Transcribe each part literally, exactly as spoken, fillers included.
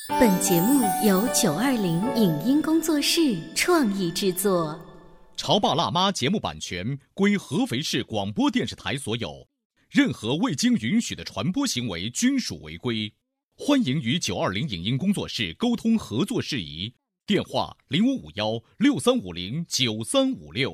本节目由九二零影音工作室创意制作。 潮爸辣妈节目版权归合肥市广播电视台所有，任何未经允许的传播行为均属违规。欢迎与九二零影音工作室沟通合作事宜，电话零五五幺六三五零九三五六。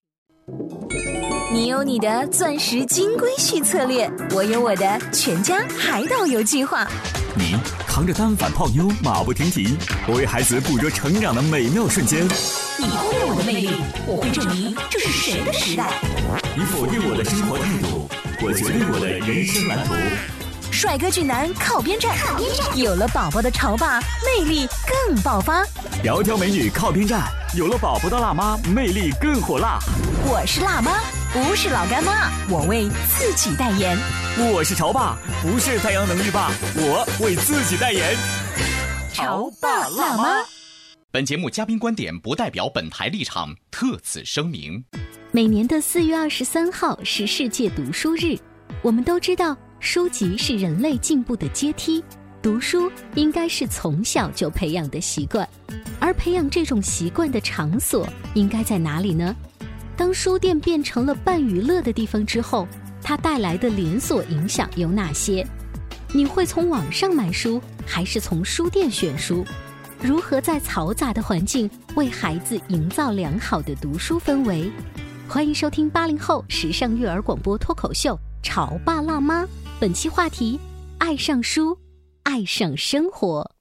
你有你的钻石金龟婿策略，我有我的全家海岛游计划。 你扛着单反泡妞马不停蹄，我为孩子捕捉成长的美妙瞬间。 你忽略我的魅力，我会证明这是谁的时代。 你否定我的生活态度，我决定我的人生蓝图。 帅哥俊男靠边站，有了宝宝的潮爸魅力更爆发。 窈窕美女靠边站，有了宝宝的辣妈魅力更火辣。 我是辣妈，不是老干妈，我为自己代言。 我是潮爸，不是太阳能浴霸，我为自己代言。 潮爸辣妈。 本节目嘉宾观点不代表本台立场，特此声明。 每年的四月二十三号是世界读书日，我们都知道书籍是人类进步的阶梯，读书应该是从小就培养的习惯，而培养这种习惯的场所应该在哪里呢？当书店变成了办娱乐的地方之后，它带来的连锁影响有哪些？你会从网上买书，还是从书店选书？如何在嘈杂的环境为孩子营造良好的读书氛围？欢迎收听八零后时尚育儿广播脱口秀潮爸辣妈，本期话题：爱上书，爱上生活。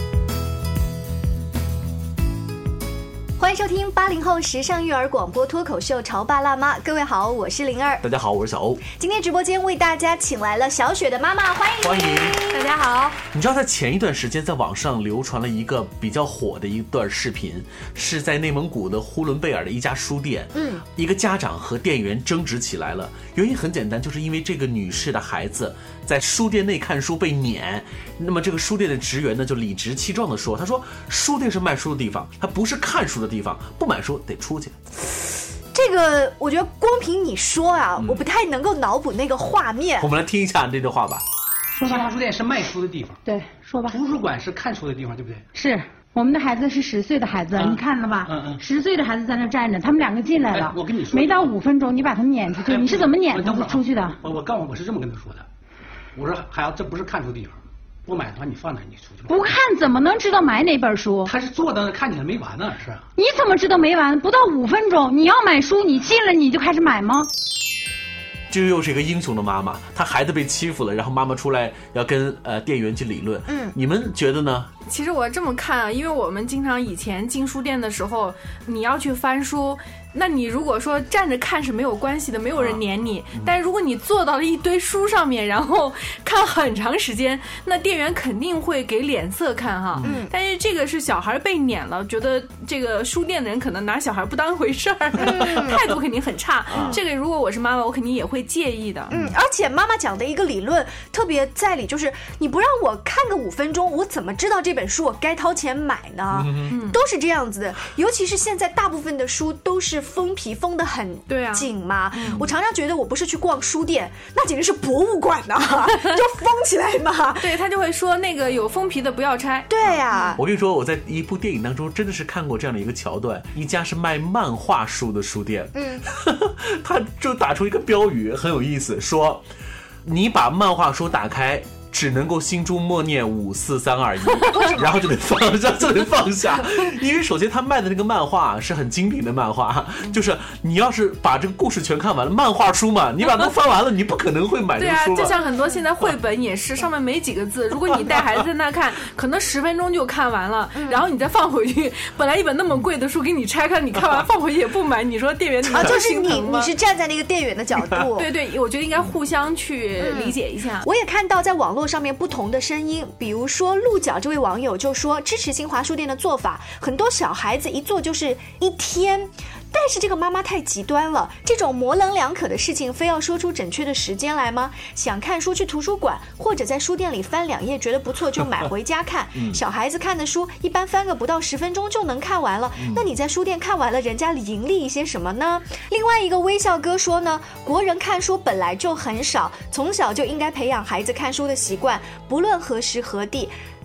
欢迎收听八零后时尚育儿广播脱口秀潮爸辣妈，各位好，我是灵儿。 大家好，我是小欧。 今天直播间为大家请来了小雪的妈妈，欢迎欢迎大家好。 你知道在前一段时间在网上流传了一个比较火的一段视频，是在内蒙古的呼伦贝尔的一家书店，嗯，一个家长和店员争执起来了。原因很简单，就是因为这个女士的孩子在书店内看书被撵，那么这个书店的职员呢就理直气壮地说，他说书店是卖书的地方，它不是看书的地方，不买书得出去。 这个我觉得光凭你说啊、嗯、我不太能够脑补那个画面。 我们来听一下这句话吧。 说吧，书店是卖书的地方， 对，说吧。 图书馆是看书的地方，对不对？ 是。我们的孩子是十岁的孩子、嗯、你看了吧？嗯嗯。十岁的孩子在那站着，他们两个进来了、哎、 我跟你说没到五分钟你把他们撵出去、哎、你是怎么撵他们出去的？ 我我告诉我是这么跟他说的，我说孩子这不是看书地方，不买的话你放那你出去。 不看怎么能知道买哪本书？ 他是坐在那看起来没完呢，是。 你怎么知道没完？不到五分钟你要买书，你进了你就开始买吗？ 这又是一个英雄的妈妈，她孩子被欺负了，然后妈妈出来要跟呃店员去理论。嗯，你们觉得呢？ 其实我这么看啊，因为我们经常以前进书店的时候，你要去翻书，那你如果说站着看是没有关系的，没有人撵你、啊嗯、但是如果你坐到了一堆书上面，然后看很长时间，那店员肯定会给脸色看哈。嗯，但是这个是小孩被撵了，觉得这个书店的人可能拿小孩不当回事儿、嗯、态度肯定很差、嗯、这个如果我是妈妈，我肯定也会介意的。 嗯，而且妈妈讲的一个理论特别在理，就是你不让我看个五分钟，我怎么知道这本书我该掏钱买呢？嗯，都是这样子的。尤其是现在大部分的书都是封皮封得很紧嘛、嗯、我常常觉得我不是去逛书店，那简直是博物馆呐、啊，就封起来嘛。 对，他就会说那个有封皮的不要拆。 对呀、啊嗯， 我跟你说，我在一部电影当中真的是看过这样的一个桥段，一家是卖漫画书的书店，嗯，他就打出一个标语很有意思，说你把漫画书打开只能够心中默念五四三二一，然后就得放下，就得放下。因为首先他卖的那个漫画是很精品的漫画，就是你要是把这个故事全看完了，漫画书嘛，你把它翻完了，你不可能会买这个书。 对啊，就像很多现在绘本也是，上面没几个字，如果你带孩子在那看，可能十分钟就看完了，然后你再放回去，本来一本那么贵的书给你拆开，你看完放回去也不买，你说店员啊，就是你你是站在那个店员的角度。 对对，我觉得应该互相去理解一下。 嗯、我也看到在网络上面不同的声音，比如说鹿角这位网友就说支持新华书店的做法，很多小孩子一坐就是一天，但是这个妈妈太极端了，这种模棱两可的事情非要说出准确的时间来吗？想看书去图书馆或者在书店里翻两页觉得不错就买回家看、嗯、小孩子看的书一般翻个不到十分钟就能看完了、嗯、那你在书店看完了人家盈利一些什么呢？另外一个微笑哥说呢，国人看书本来就很少，从小就应该培养孩子看书的习惯，不论何时何地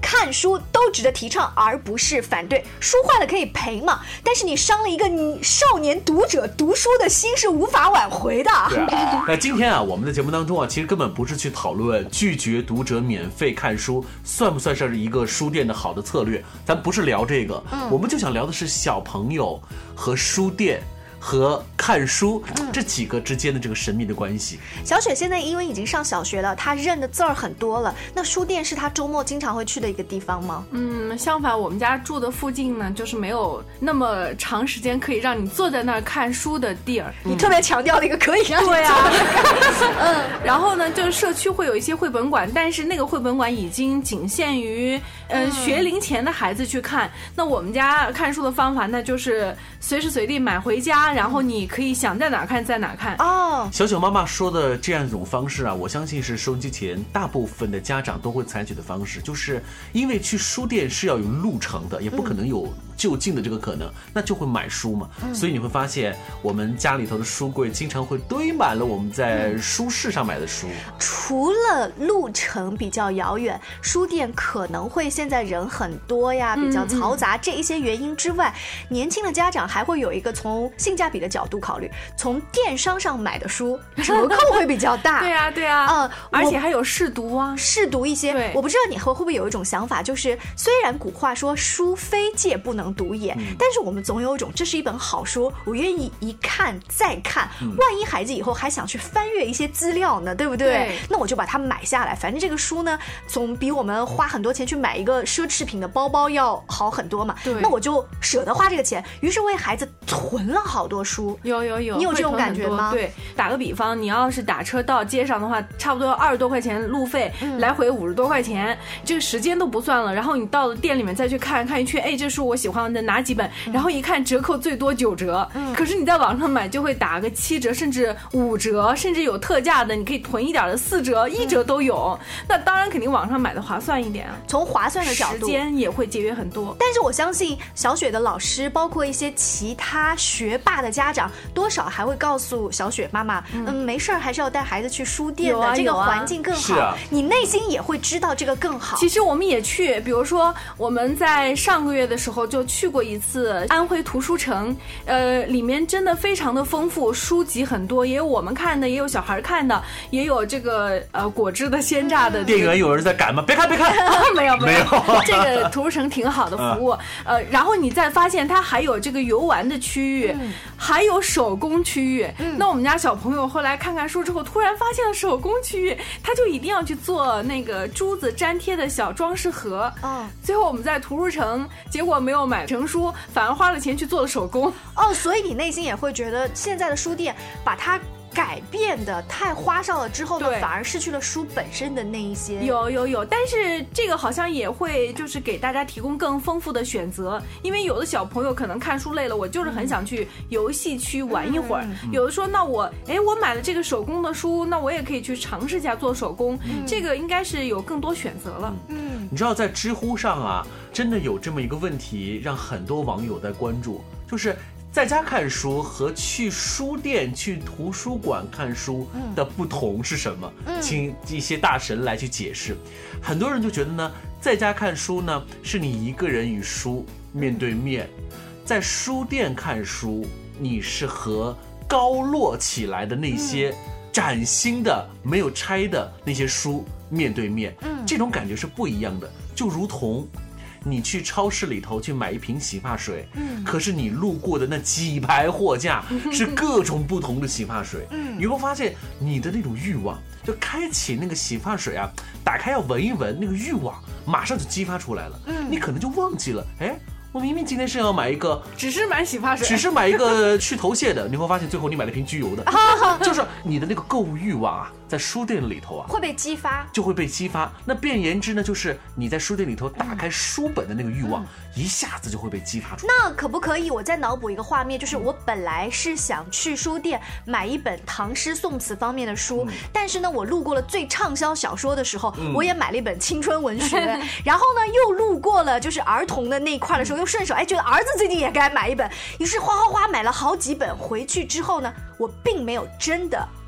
看书都值得提倡，而不是反对。书坏了可以赔嘛，但是你伤了一个少年读者读书的心是无法挽回的。 对啊，那今天啊，我们的节目当中啊，其实根本不是去讨论拒绝读者免费看书算不算是一个书店的好的策略，咱不是聊这个，嗯、我们就想聊的是小朋友和书店和看书、嗯、这几个之间的这个神秘的关系。 小雪现在因为已经上小学了，她认的字儿很多了，那书店是她周末经常会去的一个地方吗？ 嗯，相反，我们家住的附近呢，就是没有那么长时间可以让你坐在那儿看书的地儿。 你特别强调了一个可以让你对啊，嗯，然后呢，就是社区会有一些绘本馆，但是那个绘本馆已经仅限于呃、嗯、学龄前的孩子去看。那我们家看书的方法，那就是随时随地买回家，然后你可以想在哪看在哪看。 哦， 小小妈妈说的这样一种方式啊，我相信是收音机前大部分的家长都会采取的方式，就是因为去书店是要有路程的，也不可能有就近的这个可能，嗯、那就会买书嘛、嗯。所以你会发现，我们家里头的书柜经常会堆满了我们在书市上买的书。 除了路程比较遥远，书店可能会现在人很多呀，比较嘈杂、嗯、这一些原因之外，年轻的家长还会有一个从性价比的角度考虑，从电商上买的书折扣会比较大。 对啊，对啊，嗯，而且还有试读啊， 试读一些。我不知道你会会不会有一种想法，就是虽然古话说书非借不能读也、嗯、但是我们总有一种这是一本好书，我愿意一看再看、嗯、万一孩子以后还想去翻阅一些资料呢，对不对？对，那我就把它买下来，反正这个书呢总比我们花很多钱去买一个奢侈品的包包要好很多嘛。对，那我就舍得花这个钱，于是为孩子囤了好多书。 有有有， 你有这种感觉吗？ 对，打个比方，你要是打车到街上的话，差不多二十多块钱路费、嗯、来回五十多块钱，这个时间都不算了，然后你到了店里面再去看看一圈，哎，这书我喜欢的哪几本、嗯、然后一看折扣最多九折、嗯、可是你在网上买就会打个七折甚至五折，甚至有特价的你可以囤一点的四折、嗯、一折都有，那当然肯定网上买的划算一点， 从划算的角度时间也会节约很多。 但是我相信小雪的老师包括一些其他学霸的家长多少还会告诉小雪妈妈， 嗯, 嗯，没事儿还是要带孩子去书店的、啊、这个环境更好、啊、你内心也会知道这个更好。 其实我们也去，比如说我们在上个月的时候就去过一次安徽图书城，呃，里面真的非常的丰富，书籍很多，也有我们看的，也有小孩看的，也有这个呃果汁的鲜榨的、这个、 店员有人在赶吗？别看别看没有没有这个图书城挺好的服务、嗯、呃，然后你再发现它还有这个游玩的区域、嗯、还有手工区域、嗯、那我们家小朋友后来看看书之后突然发现了手工区域，他就一定要去做那个珠子粘贴的小装饰盒、哦、最后我们在图书城结果没有买成书，反而花了钱去做了手工。 哦，所以你内心也会觉得现在的书店把它改变的太花哨了之后呢，反而失去了书本身的那一些。 有有有，但是这个好像也会就是给大家提供更丰富的选择，因为有的小朋友可能看书累了，我就是很想去游戏区玩一会儿、嗯、有的说那我哎我买了这个手工的书，那我也可以去尝试一下做手工、嗯、这个应该是有更多选择了。 嗯，你知道在知乎上啊，真的有这么一个问题让很多网友在关注，就是在家看书和去书店去图书馆看书的不同是什么、嗯、请一些大神来去解释。很多人就觉得呢，在家看书呢是你一个人与书面对面，在书店看书你是和高摞起来的那些崭新的没有拆的那些书面对面，这种感觉是不一样的。就如同你去超市里头去买一瓶洗发水、嗯、可是你路过的那几排货架是各种不同的洗发水、嗯、你会发现你的那种欲望就开启那个洗发水啊，打开要闻一闻，那个欲望马上就激发出来了、嗯、你可能就忘记了，哎，我明明今天是要买一个只是买洗发水， 只是买一个去头屑的，你会发现最后你买了瓶焗油的就是你的那个购物欲望啊在书店里头啊会被激发， 就会被激发。那变言之呢，就是你在书店里头打开书本的那个欲望、嗯、一下子就会被激发出来。 那可不可以我再脑补一个画面，就是我本来是想去书店买一本唐诗宋词方面的书、嗯、但是呢我路过了最畅销小说的时候、嗯、我也买了一本青春文学然后呢又路过了就是儿童的那一块的时候、嗯、又顺手哎觉得儿子最近也该买一本，于是哗哗哗买了好几本，回去之后呢我并没有真的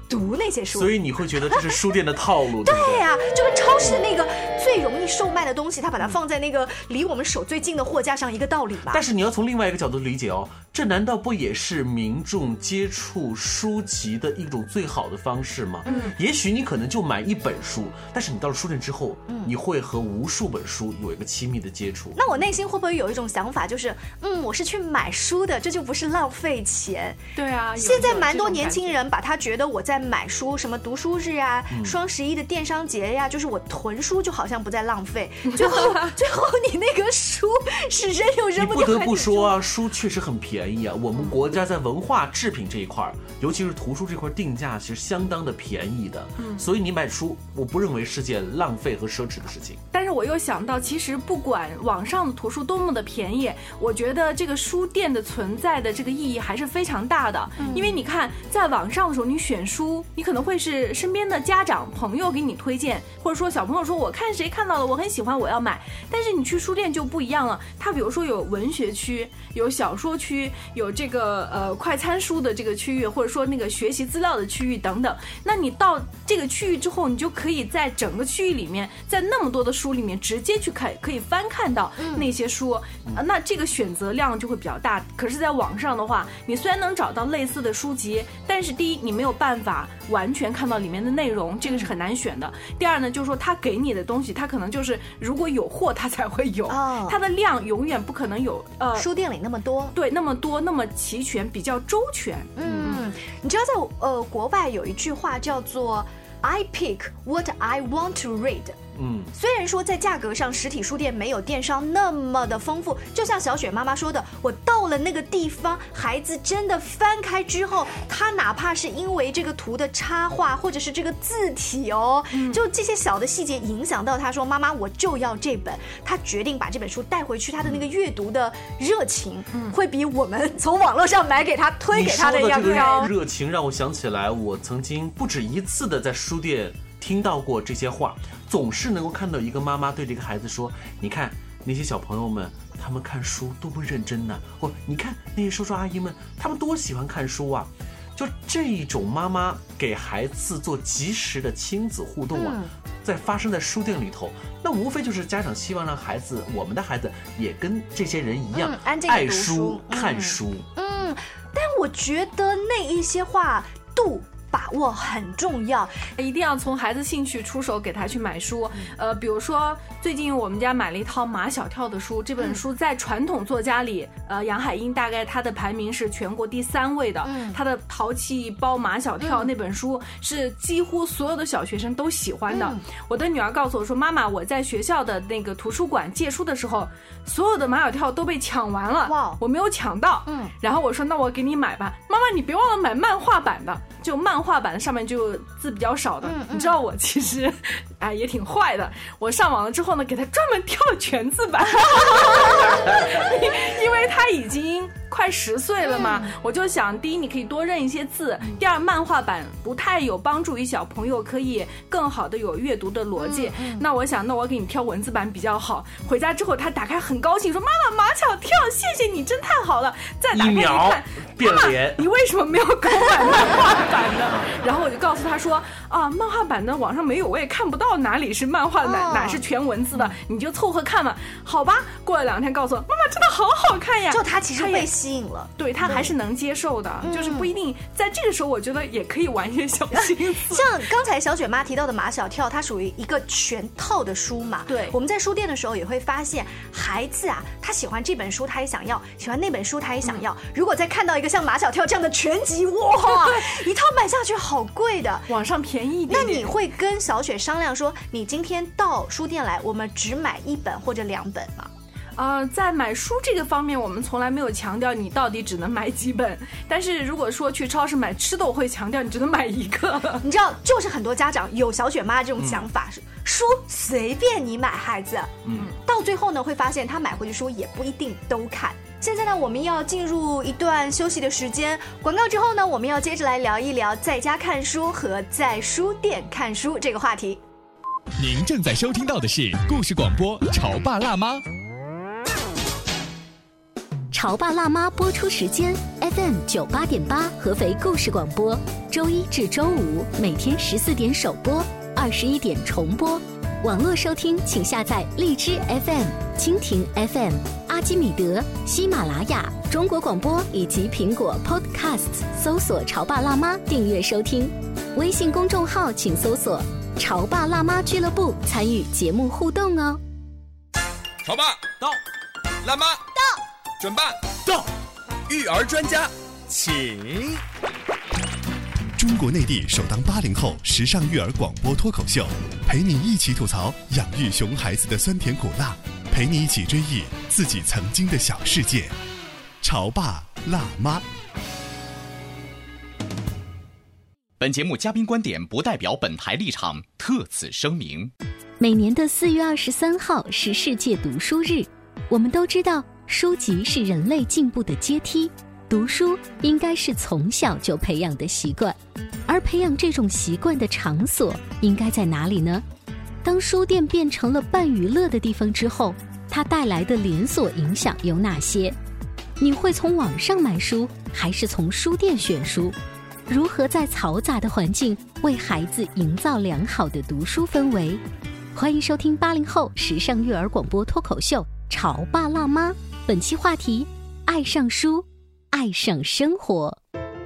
读那些书。 所以你会觉得这是书店的套路。 对呀、啊，就跟超市的那个最容易售卖的东西，它把它放在那个离我们手最近的货架上一个道理吧。 但是你要从另外一个角度理解哦，这难道不也是民众接触书籍的一种最好的方式吗？嗯，也许你可能就买一本书，但是你到了书店之后，嗯，你会和无数本书有一个亲密的接触。 那我内心会不会有一种想法，就是嗯，我是去买书的，这就不是浪费钱？ 对啊， 现在蛮多年轻人把他觉得我在买书，什么读书日啊、嗯、双十一的电商节呀、啊，就是我囤书就好像不再浪费，最后最后你那个书是扔又扔不掉。 你不得不说啊，书确实很便宜啊。我们国家在文化制品这一块，尤其是图书这块定价其实相当的便宜的，嗯，所以你买书，我不认为是件浪费和奢侈的事情。 但是我又想到，其实不管网上的图书多么的便宜，我觉得这个书店的存在的这个意义还是非常大的。嗯、因为你看，在网上的时候，你选书，你可能会是身边的家长朋友给你推荐，或者说小朋友说我看谁看到了，我很喜欢，我要买。但是你去书店就不一样了，它比如说有文学区，有小说区，有这个呃快餐书的这个区域，或者说那个学习资料的区域等等。那你到这个区域之后，你就可以在整个区域里面，在那么多的书里面直接去看，可以翻看到那些书、嗯呃、那这个选择量就会比较大。可是在网上的话，你虽然能找到类似的书籍，但是第一你没有办法完全看到里面的内容，这个是很难选的。第二呢，就是说他给你的东西，他可能就是如果有货他才会有，哦、它的量永远不可能有呃书店里那么多， 对，那么多那么齐全，比较周全。 嗯，你知道在呃国外有一句话叫做 I pick what I want to read。嗯，虽然说在价格上实体书店没有电商那么的丰富，就像小雪妈妈说的，我到了那个地方，孩子真的翻开之后，他哪怕是因为这个图的插画或者是这个字体哦、嗯、就这些小的细节影响到他说妈妈我就要这本，他决定把这本书带回去，他的那个阅读的热情、嗯、会比我们从网络上买给他推给他的要高。 热情让我想起来，我曾经不止一次的在书店听到过这些话，总是能够看到一个妈妈对这个孩子说，你看那些小朋友们他们看书多么认真呢、啊，或你看那些叔叔阿姨们他们多喜欢看书啊。就这种妈妈给孩子做及时的亲子互动啊、嗯、在发生在书店里头，那无非就是家长希望让孩子，我们的孩子也跟这些人一样、嗯、 安静地爱书、嗯、看书。 嗯，但我觉得那一些话度把握很重要， 一定要从孩子兴趣出手给他去买书。呃，比如说最近我们家买了一套马小跳的书，这本书在传统作家里，呃，杨海英大概他的排名是全国第三位的。嗯，他的淘气包马小跳那本书是几乎所有的小学生都喜欢的。嗯、我的女儿告诉我说，妈妈，我在学校的那个图书馆借书的时候，所有的马小跳都被抢完了，哇，我没有抢到。嗯，然后我说那我给你买吧，妈妈你别忘了买漫画版的，就漫画版的上面就字比较少的。嗯嗯、你知道我其实哎也挺坏的，我上网了之后呢，给他专门挑了全字版因为他已经快十岁了嘛、嗯、我就想第一你可以多认一些字，第二漫画版不太有帮助于小朋友可以更好的有阅读的逻辑、嗯嗯、那我想那我给你挑文字版比较好。回家之后他打开很高兴说，妈妈马小跳谢谢你真太好了，再打开一看变脸， 你为什么没有购买漫画版的然后我就告诉他说啊，漫画版的网上没有，我也看不到哪里是漫画的、哦、哪, 哪是全文字的，你就凑合看吧。好吧，过了两天告诉我妈妈真的好好看呀， 就他其实被吸引了， 对，他还是能接受的、嗯、就是不一定在这个时候我觉得也可以玩一些小心思像刚才小雪妈提到的马小跳，它属于一个全套的书嘛。 对，我们在书店的时候也会发现孩子啊，他喜欢这本书他也想要，喜欢那本书他也想要、嗯、如果再看到一个像马小跳这样的全集，哇一套买下去好贵的， 网上便宜一点点。 那你会跟小雪商量说你今天到书店来我们只买一本或者两本吗？ 呃，在买书这个方面我们从来没有强调你到底只能买几本，但是如果说去超市买吃的我会强调你只能买一个。 你知道就是很多家长有小雪妈这种想法、嗯、书随便你买孩子，嗯，到最后呢会发现他买回去书也不一定都看。现在呢我们要进入一段休息的时间，广告之后呢我们要接着来聊一聊在家看书和在书店看书这个话题。 您正在收听到的是故事广播潮爸辣妈。 潮爸辣妈播出时间 F M 九八点八合肥故事广播，周一至周五每天十四点首播，二十一点重播。网络收听请下载荔枝 F M、蜻蜓 F M、阿基米德、喜马拉雅、中国广播以及苹果 Podcasts 搜索潮爸辣妈订阅收听。微信公众号请搜索潮爸辣妈俱乐部参与节目互动哦。 潮爸到，辣妈到， 准爸到，育儿专家请。 中国内地首档八零后时尚育儿广播脱口秀，陪你一起吐槽养育熊孩子的酸甜苦辣，陪你一起追忆自己曾经的小世界。潮爸辣妈。 本节目嘉宾观点不代表本台立场，特此声明。 每年的四月二十三号是世界读书日，我们都知道书籍是人类进步的阶梯，读书应该是从小就培养的习惯，而培养这种习惯的场所应该在哪里呢？当书店变成了办娱乐的地方之后，它带来的连锁影响有哪些？你会从网上买书，还是从书店选书？如何在嘈杂的环境为孩子营造良好的读书氛围？欢迎收听八零后时尚育儿广播脱口秀《潮爸辣妈》，本期话题：爱上书，爱上生活。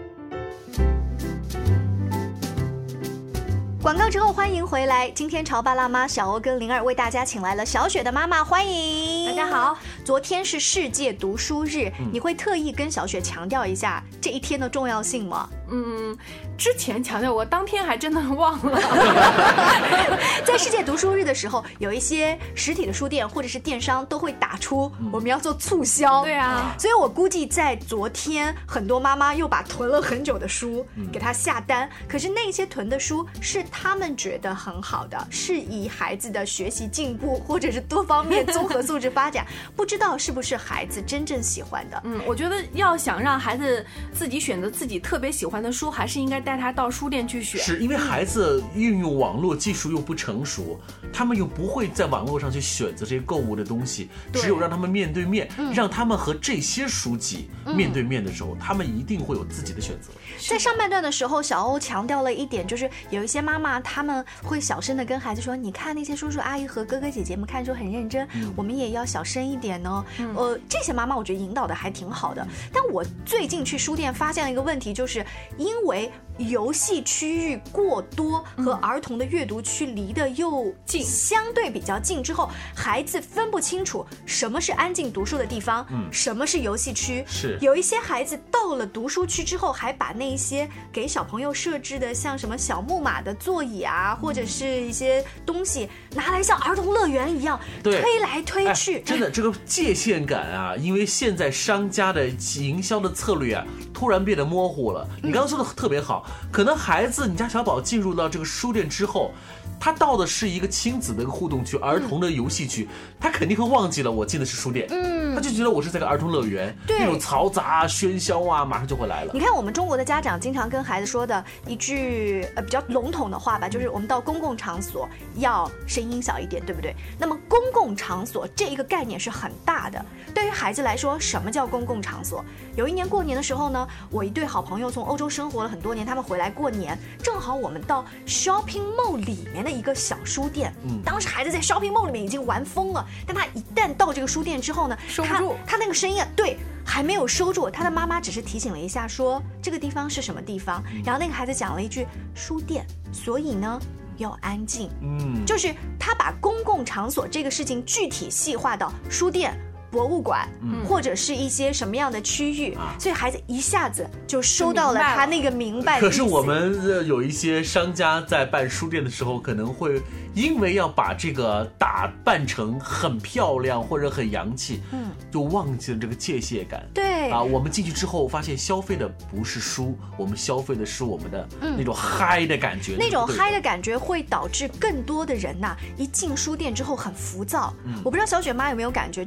广告之后欢迎回来，今天潮爸辣妈小欧跟灵儿为大家请来了小雪的妈妈，欢迎大家好。 昨天是世界读书日、嗯、你会特意跟小雪强调一下这一天的重要性吗？ 嗯，之前强调，我当天还真的忘了。 在世界读书日的时候，有一些实体的书店或者是电商都会打出我们要做促销、 嗯、对啊， 所以我估计在昨天很多妈妈又把囤了很久的书给她下单、嗯、可是那些囤的书是他们觉得很好的，适宜孩子的学习进步或者是多方面综合素质发展，不知道是不是孩子真正喜欢的。 嗯，我觉得要想让孩子自己选择自己特别喜欢的书，还是应该带他到书店去选。 是因为孩子运用网络技术又不成熟，他们又不会在网络上去选择这些购物的东西，只有让他们面对面、嗯、让他们和这些书籍面对面的时候、嗯、他们一定会有自己的选择。 在上半段的时候，小欧强调了一点，就是有一些妈妈他们会小声的跟孩子说，你看那些叔叔阿姨和哥哥姐姐们看书很认真、嗯、我们也要小声一点哦、嗯、呃，这些妈妈我觉得引导的还挺好的。但我最近去书店发现了一个问题，就是因为游戏区域过多和儿童的阅读区离得又近，相对比较近之后，孩子分不清楚什么是安静读书的地方、嗯、什么是游戏区。 是有一些孩子到了读书区之后，还把那一些给小朋友设置的像什么小木马的座椅啊、嗯、或者是一些东西拿来像儿童乐园一样推来推去、 哎、真的这个界限感啊，因为现在商家的营销的策略啊突然变得模糊了。你刚刚说的特别好，可能孩子你家小宝进入到这个书店之后，他到的是一个亲子的一个互动区，儿童的游戏区、嗯、他肯定会忘记了我进的是书店，嗯，他就觉得我是在个儿童乐园，那种嘈杂喧嚣啊马上就会来了。 你看我们中国的家长经常跟孩子说的一句呃比较笼统的话吧，就是我们到公共场所要声音小一点，对不对？那么公共场所这一个概念是很大的，对于孩子来说，什么叫公共场所？有一年过年的时候呢，我一对好朋友从欧洲生活了很多年，他们回来过年，正好我们到 shopping mall 里面的一个小书店、嗯、当时孩子在 shopping mall 里面已经玩疯了，但他一旦到这个书店之后呢， 收不住， 他, 他那个声音啊，对，还没有收住，他的妈妈只是提醒了一下说这个地方是什么地方、嗯、然后那个孩子讲了一句书店，所以呢要安静。嗯，就是他把公共场所这个事情具体细化到书店、博物馆、嗯、或者是一些什么样的区域、啊、所以孩子一下子就收到了他那个明白的意思。 可是我们有一些商家在办书店的时候，可能会因为要把这个打扮成很漂亮或者很洋气，嗯，就忘记了这个界限感。 对啊，我们进去之后发现消费的不是书，我们消费的是我们的那种嗨的感觉、嗯、 那种嗨的感觉会导致更多的人呐、啊，一进书店之后很浮躁、嗯、我不知道小雪妈有没有感觉，就是我进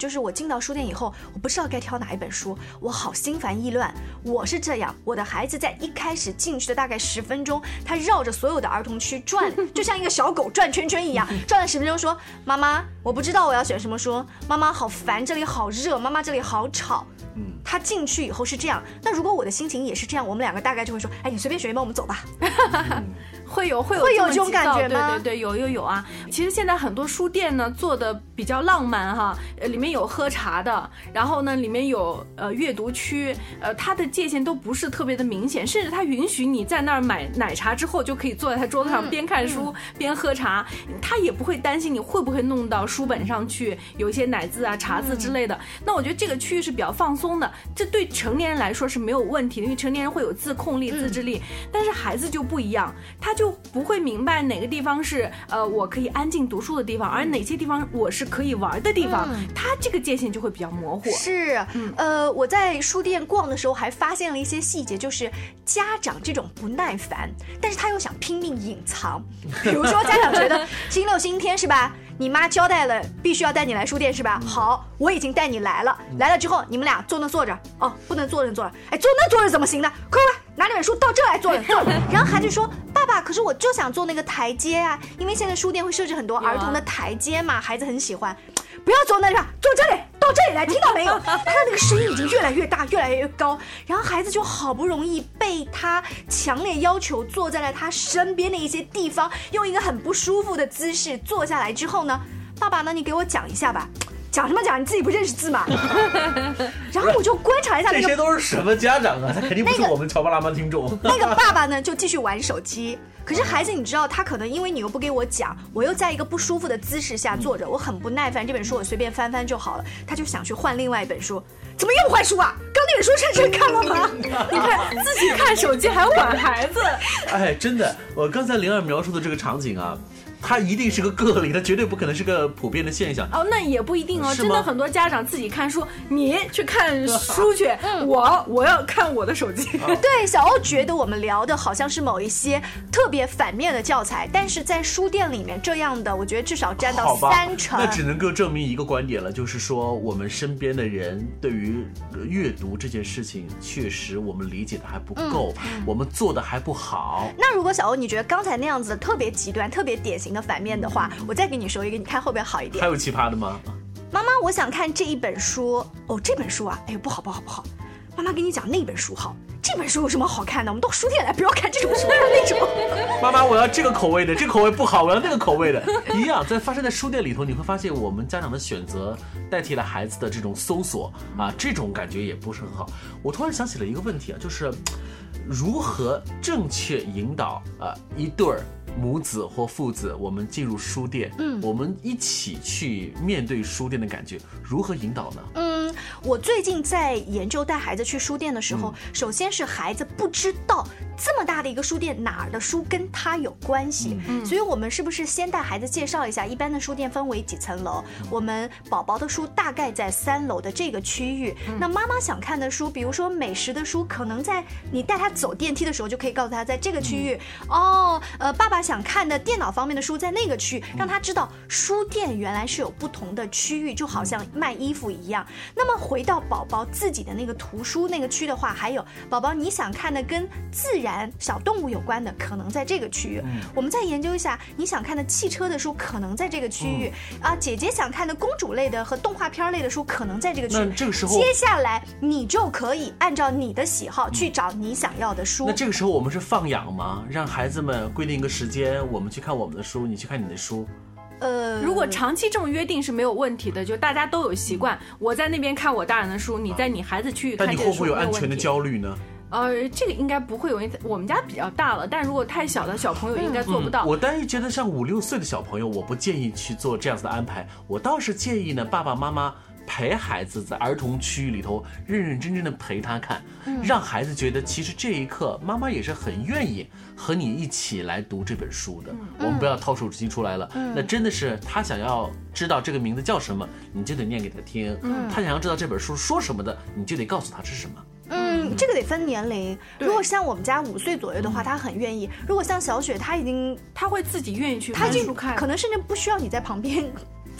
到书店以后，我不知道该挑哪一本书，我好心烦意乱。我是这样，我的孩子在一开始进去的大概十分钟，他绕着所有的儿童区转，就像一个小狗转圈圈一样，转了十分钟说：“妈妈，我不知道我要选什么书，妈妈好烦，这里好热，妈妈这里好吵。”嗯，他进去以后是这样。那如果我的心情也是这样，我们两个大概就会说：“哎，你随便选一本，我们走吧。 嗯”会有会有会有这种感觉吗？ 对对对，有有有啊。其实现在很多书店呢做的比较浪漫哈，呃，里面有喝茶的，然后呢里面有呃阅读区，呃，它的界限都不是特别的明显，甚至它允许你在那儿买奶茶之后就可以坐在它桌子上边看书、嗯、边喝茶，它也不会担心你会不会弄到书本上去有一些奶渍啊、茶渍之类的。嗯、那我觉得这个区域是比较放松的，这对成年人来说是没有问题的，因为成年人会有自控力、自制力，嗯、但是孩子就不一样，他就不会明白哪个地方是呃我可以安静读书的地方，而哪些地方我是可以玩的地方，嗯、他这个界限就会比较模糊。 是，嗯、呃，我在书店逛的时候还发现了一些细节，就是家长这种不耐烦，但是他又想拼命隐藏。比如说家长觉得星期六星期天是吧？你妈交代了，必须要带你来书店是吧？好，我已经带你来了。来了之后，你们俩坐那坐着。哦，不能坐着坐着。哎，坐那坐着怎么行呢？快快，拿这本书到这来坐着坐着。然后孩子说：“爸爸，可是我就想坐那个台阶啊，因为现在书店会设置很多儿童的台阶嘛，孩子很喜欢。不要坐那里，坐这里，到这里来，听到没有？”他的那个声音已经越来越大，越来越高。然后孩子就好不容易被他强烈要求坐在了他身边的一些地方，用一个很不舒服的姿势坐下来之后呢，爸爸呢，你给我讲一下吧。讲什么讲？你自己不认识字吗？然后我就观察一下那个， 这些都是什么家长啊？他肯定不是我们乔巴拉妈听众。 那个爸爸呢，就继续玩手机。可是孩子，你知道，他可能因为你又不给我讲，我又在一个不舒服的姿势下坐着，我很不耐烦。这本书我随便翻翻就好了，他就想去换另外一本书。怎么又换书啊？刚那本书认真看了吗？ 你看自己看手机还要管孩子。 哎，真的，我刚才灵儿描述的这个场景啊。它一定是个个例，它绝对不可能是个普遍的现象。 哦，那也不一定哦，真的很多家长自己看书，你去看书去，我我要看我的手机。 对，小欧觉得我们聊的好像是某一些特别反面的教材，但是在书店里面这样的，我觉得至少占到三成。 那只能够证明一个观点了，就是说我们身边的人对于阅读这件事情，确实我们理解的还不够，嗯、我们做的还不好。 那如果小欧你觉得刚才那样子特别极端、特别典型的反面的话，我再给你说一个，你看会不会好一点？ 还有奇葩的吗？ 妈妈，我想看这一本书。哦，这本书啊，哎呦，不好不好不好。妈妈跟你讲那本书好，这本书有什么好看的？我们到书店来，不要看这种书，看那种。 妈妈，我要这个口味的，这个口味不好，我要那个口味的。一样，在发生在书店里头，你会发现我们家长的选择代替了孩子的这种搜索啊，这种感觉也不是很好。我突然想起了一个问题啊，就是如何正确引导啊一对儿母子或父子，我们进入书店，嗯，我们一起去面对书店的感觉，如何引导呢？ 嗯，我最近在研究带孩子去书店的时候，嗯、首先是孩子不知道这么大的一个书店哪儿的书跟他有关系，嗯，所以我们是不是先带孩子介绍一下，一般的书店分为几层楼，嗯、我们宝宝的书大概在三楼的这个区域，嗯、那妈妈想看的书，比如说美食的书，可能在你带他走电梯的时候就可以告诉他，在这个区域，嗯、哦，呃，爸爸想看的电脑方面的书在那个区域，让他知道书店原来是有不同的区域，就好像卖衣服一样。那么回到宝宝自己的那个图书那个区的话，还有宝宝你想看的跟自然小动物有关的，可能在这个区域。嗯、我们再研究一下，你想看的汽车的书可能在这个区域，嗯、啊，姐姐想看的公主类的和动画片类的书可能在这个区域。 那这个时候， 接下来你就可以按照你的喜好去找你想要的书。 那这个时候我们是放养吗？让孩子们规定一个时间，我们去看我们的书，你去看你的书。 呃，如果长期这么约定是没有问题的，就大家都有习惯，我在那边看我大人的书，你在你孩子区域看这个书， 但你会不会有安全的焦虑呢？ 呃，这个应该不会有，我们家比较大了，但如果太小的小朋友应该做不到。 嗯嗯、我当然觉得像五六岁的小朋友，我不建议去做这样子的安排。我倒是建议呢，爸爸妈妈陪孩子在儿童区域里头认认真真的陪他看，嗯、让孩子觉得其实这一刻妈妈也是很愿意和你一起来读这本书的。嗯、我们不要掏手机出来了，嗯、那真的是他想要知道这个名字叫什么，你就得念给他听；嗯、他想要知道这本书说什么的，你就得告诉他是什么。 嗯，这个得分年龄。如果像我们家五岁左右的话，他很愿意；如果像小雪，他已经他会自己愿意去翻书看， 可能甚至不需要你在旁边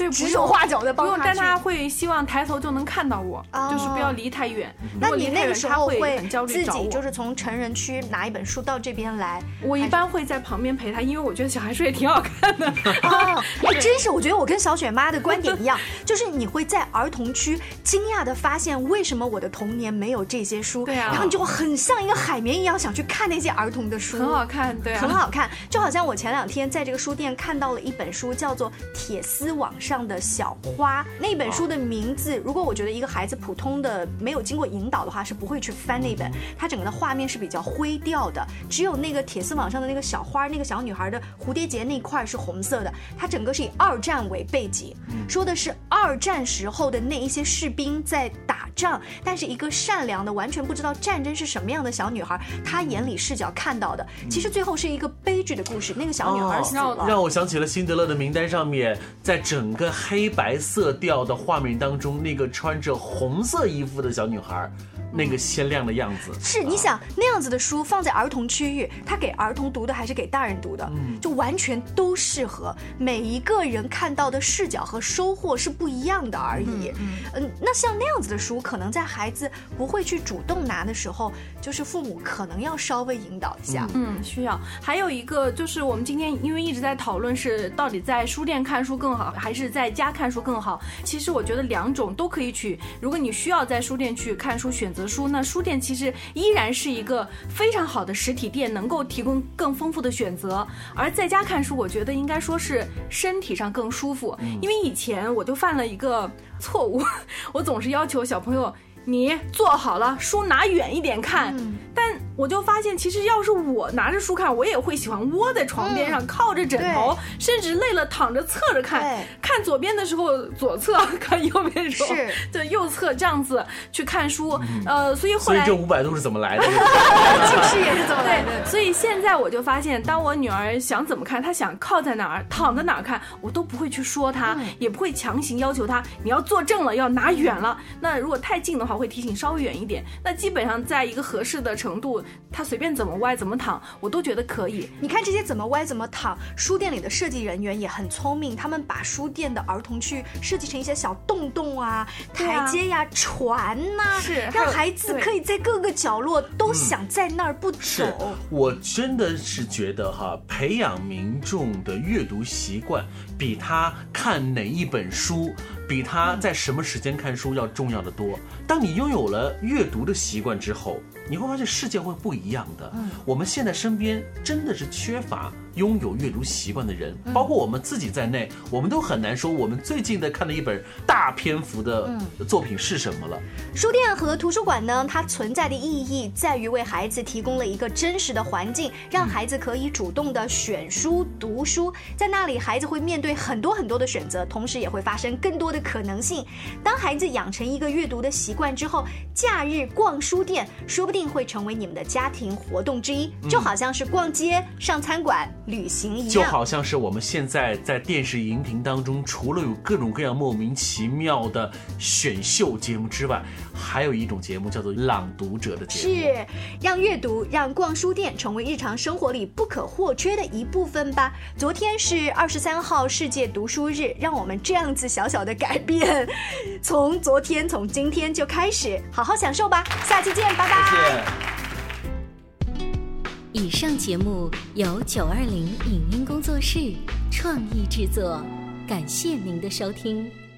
对， 指手画脚的帮他去， 不用，但他会希望抬头就能看到我，哦、就是不要离太远。 那你那个时候会很焦虑自己就是从成人区拿一本书到这边来？ 我一般会在旁边陪他，因为我觉得小孩书也挺好看的。 哦，哎，真是，我觉得我跟小雪妈的观点一样，就是你会在儿童区惊讶的发现为什么我的童年没有这些书， 对啊， 然后你就很像一个海绵一样想去看那些儿童的书， 很好看，对、啊， 很好看。就好像我前两天在这个书店看到了一本书，叫做《铁丝网上的小花》。那本书的名字，如果我觉得一个孩子普通的没有经过引导的话，是不会去翻那本。它整个的画面是比较灰调的，只有那个铁丝网上的那个小花，那个小女孩的蝴蝶结那块是红色的。它整个是以二战为背景，说的是二战时候的那一些士兵在打仗，但是一个善良的、完全不知道战争是什么样的小女孩，她眼里视角看到的，其实最后是一个悲剧的故事。那个小女孩死了， 哦、让我想起了辛德勒的名单上面，在整个黑白色调的画面当中，那个穿着红色衣服的小女孩。那个鲜亮的样子， 是你想那样子的书放在儿童区域，他给儿童读的还是给大人读的，嗯，就完全都适合。每一个人看到的视角和收获是不一样的而已。嗯，嗯那像那样子的书，可能在孩子不会去主动拿的时候，就是父母可能要稍微引导一下。 嗯，需要。还有一个就是我们今天因为一直在讨论是到底在书店看书更好，还是在家看书更好。其实我觉得两种都可以取。如果你需要在书店去看书选择书，那书店其实依然是一个非常好的实体店，能够提供更丰富的选择。而在家看书，我觉得应该说是身体上更舒服。因为以前我就犯了一个错误，我总是要求小朋友你坐好了，书拿远一点看。嗯、但我就发现，其实要是我拿着书看，我也会喜欢窝在床边上，嗯、靠着枕头，甚至累了躺着侧着看。看左边的时候左侧，看右边的时候对右侧，这样子去看书。嗯、呃，所以后来， 所以这五百度是怎么来的？ 近视也是怎么来的？ 所以现在我就发现，当我女儿想怎么看，她想靠在哪儿、躺在哪儿看，我都不会去说她，嗯、也不会强行要求她你要坐正了，要拿远了。那如果太近的话，会提醒稍微远一点。那基本上在一个合适的程度，他随便怎么歪怎么躺，我都觉得可以。 你看这些怎么歪怎么躺，书店里的设计人员也很聪明，他们把书店的儿童区设计成一些小洞洞啊、台阶呀、啊、船呐、啊， 是让孩子可以在各个角落都想在那儿不走。 是，我真的是觉得哈，培养民众的阅读习惯，比他看哪一本书，比他在什么时间看书要重要的多。当你拥有了阅读的习惯之后，你会发现世界会不一样的。嗯，我们现在身边真的是缺乏拥有阅读习惯的人，嗯、包括我们自己在内，我们都很难说我们最近的看的一本大篇幅的作品是什么了。 嗯、书店和图书馆呢，它存在的意义在于为孩子提供了一个真实的环境，让孩子可以主动的选书、读书，在那里孩子会面对很多很多的选择，同时也会发生更多的可能性。当孩子养成一个阅读的习惯之后，假日逛书店说不定会成为你们的家庭活动之一，就好像是逛街、上餐馆、旅行一样， 就好像是我们现在在电视荧屏当中，除了有各种各样莫名其妙的选秀节目之外，还有一种节目叫做朗读者的节目， 是让阅读、让逛书店成为日常生活里不可或缺的一部分吧。昨天是二十三号世界读书日，让我们这样子小小的改变，从昨天、从今天就开始，好好享受吧。下期见，拜拜。 以上节目由九二零影音工作室创意制作，感谢您的收听。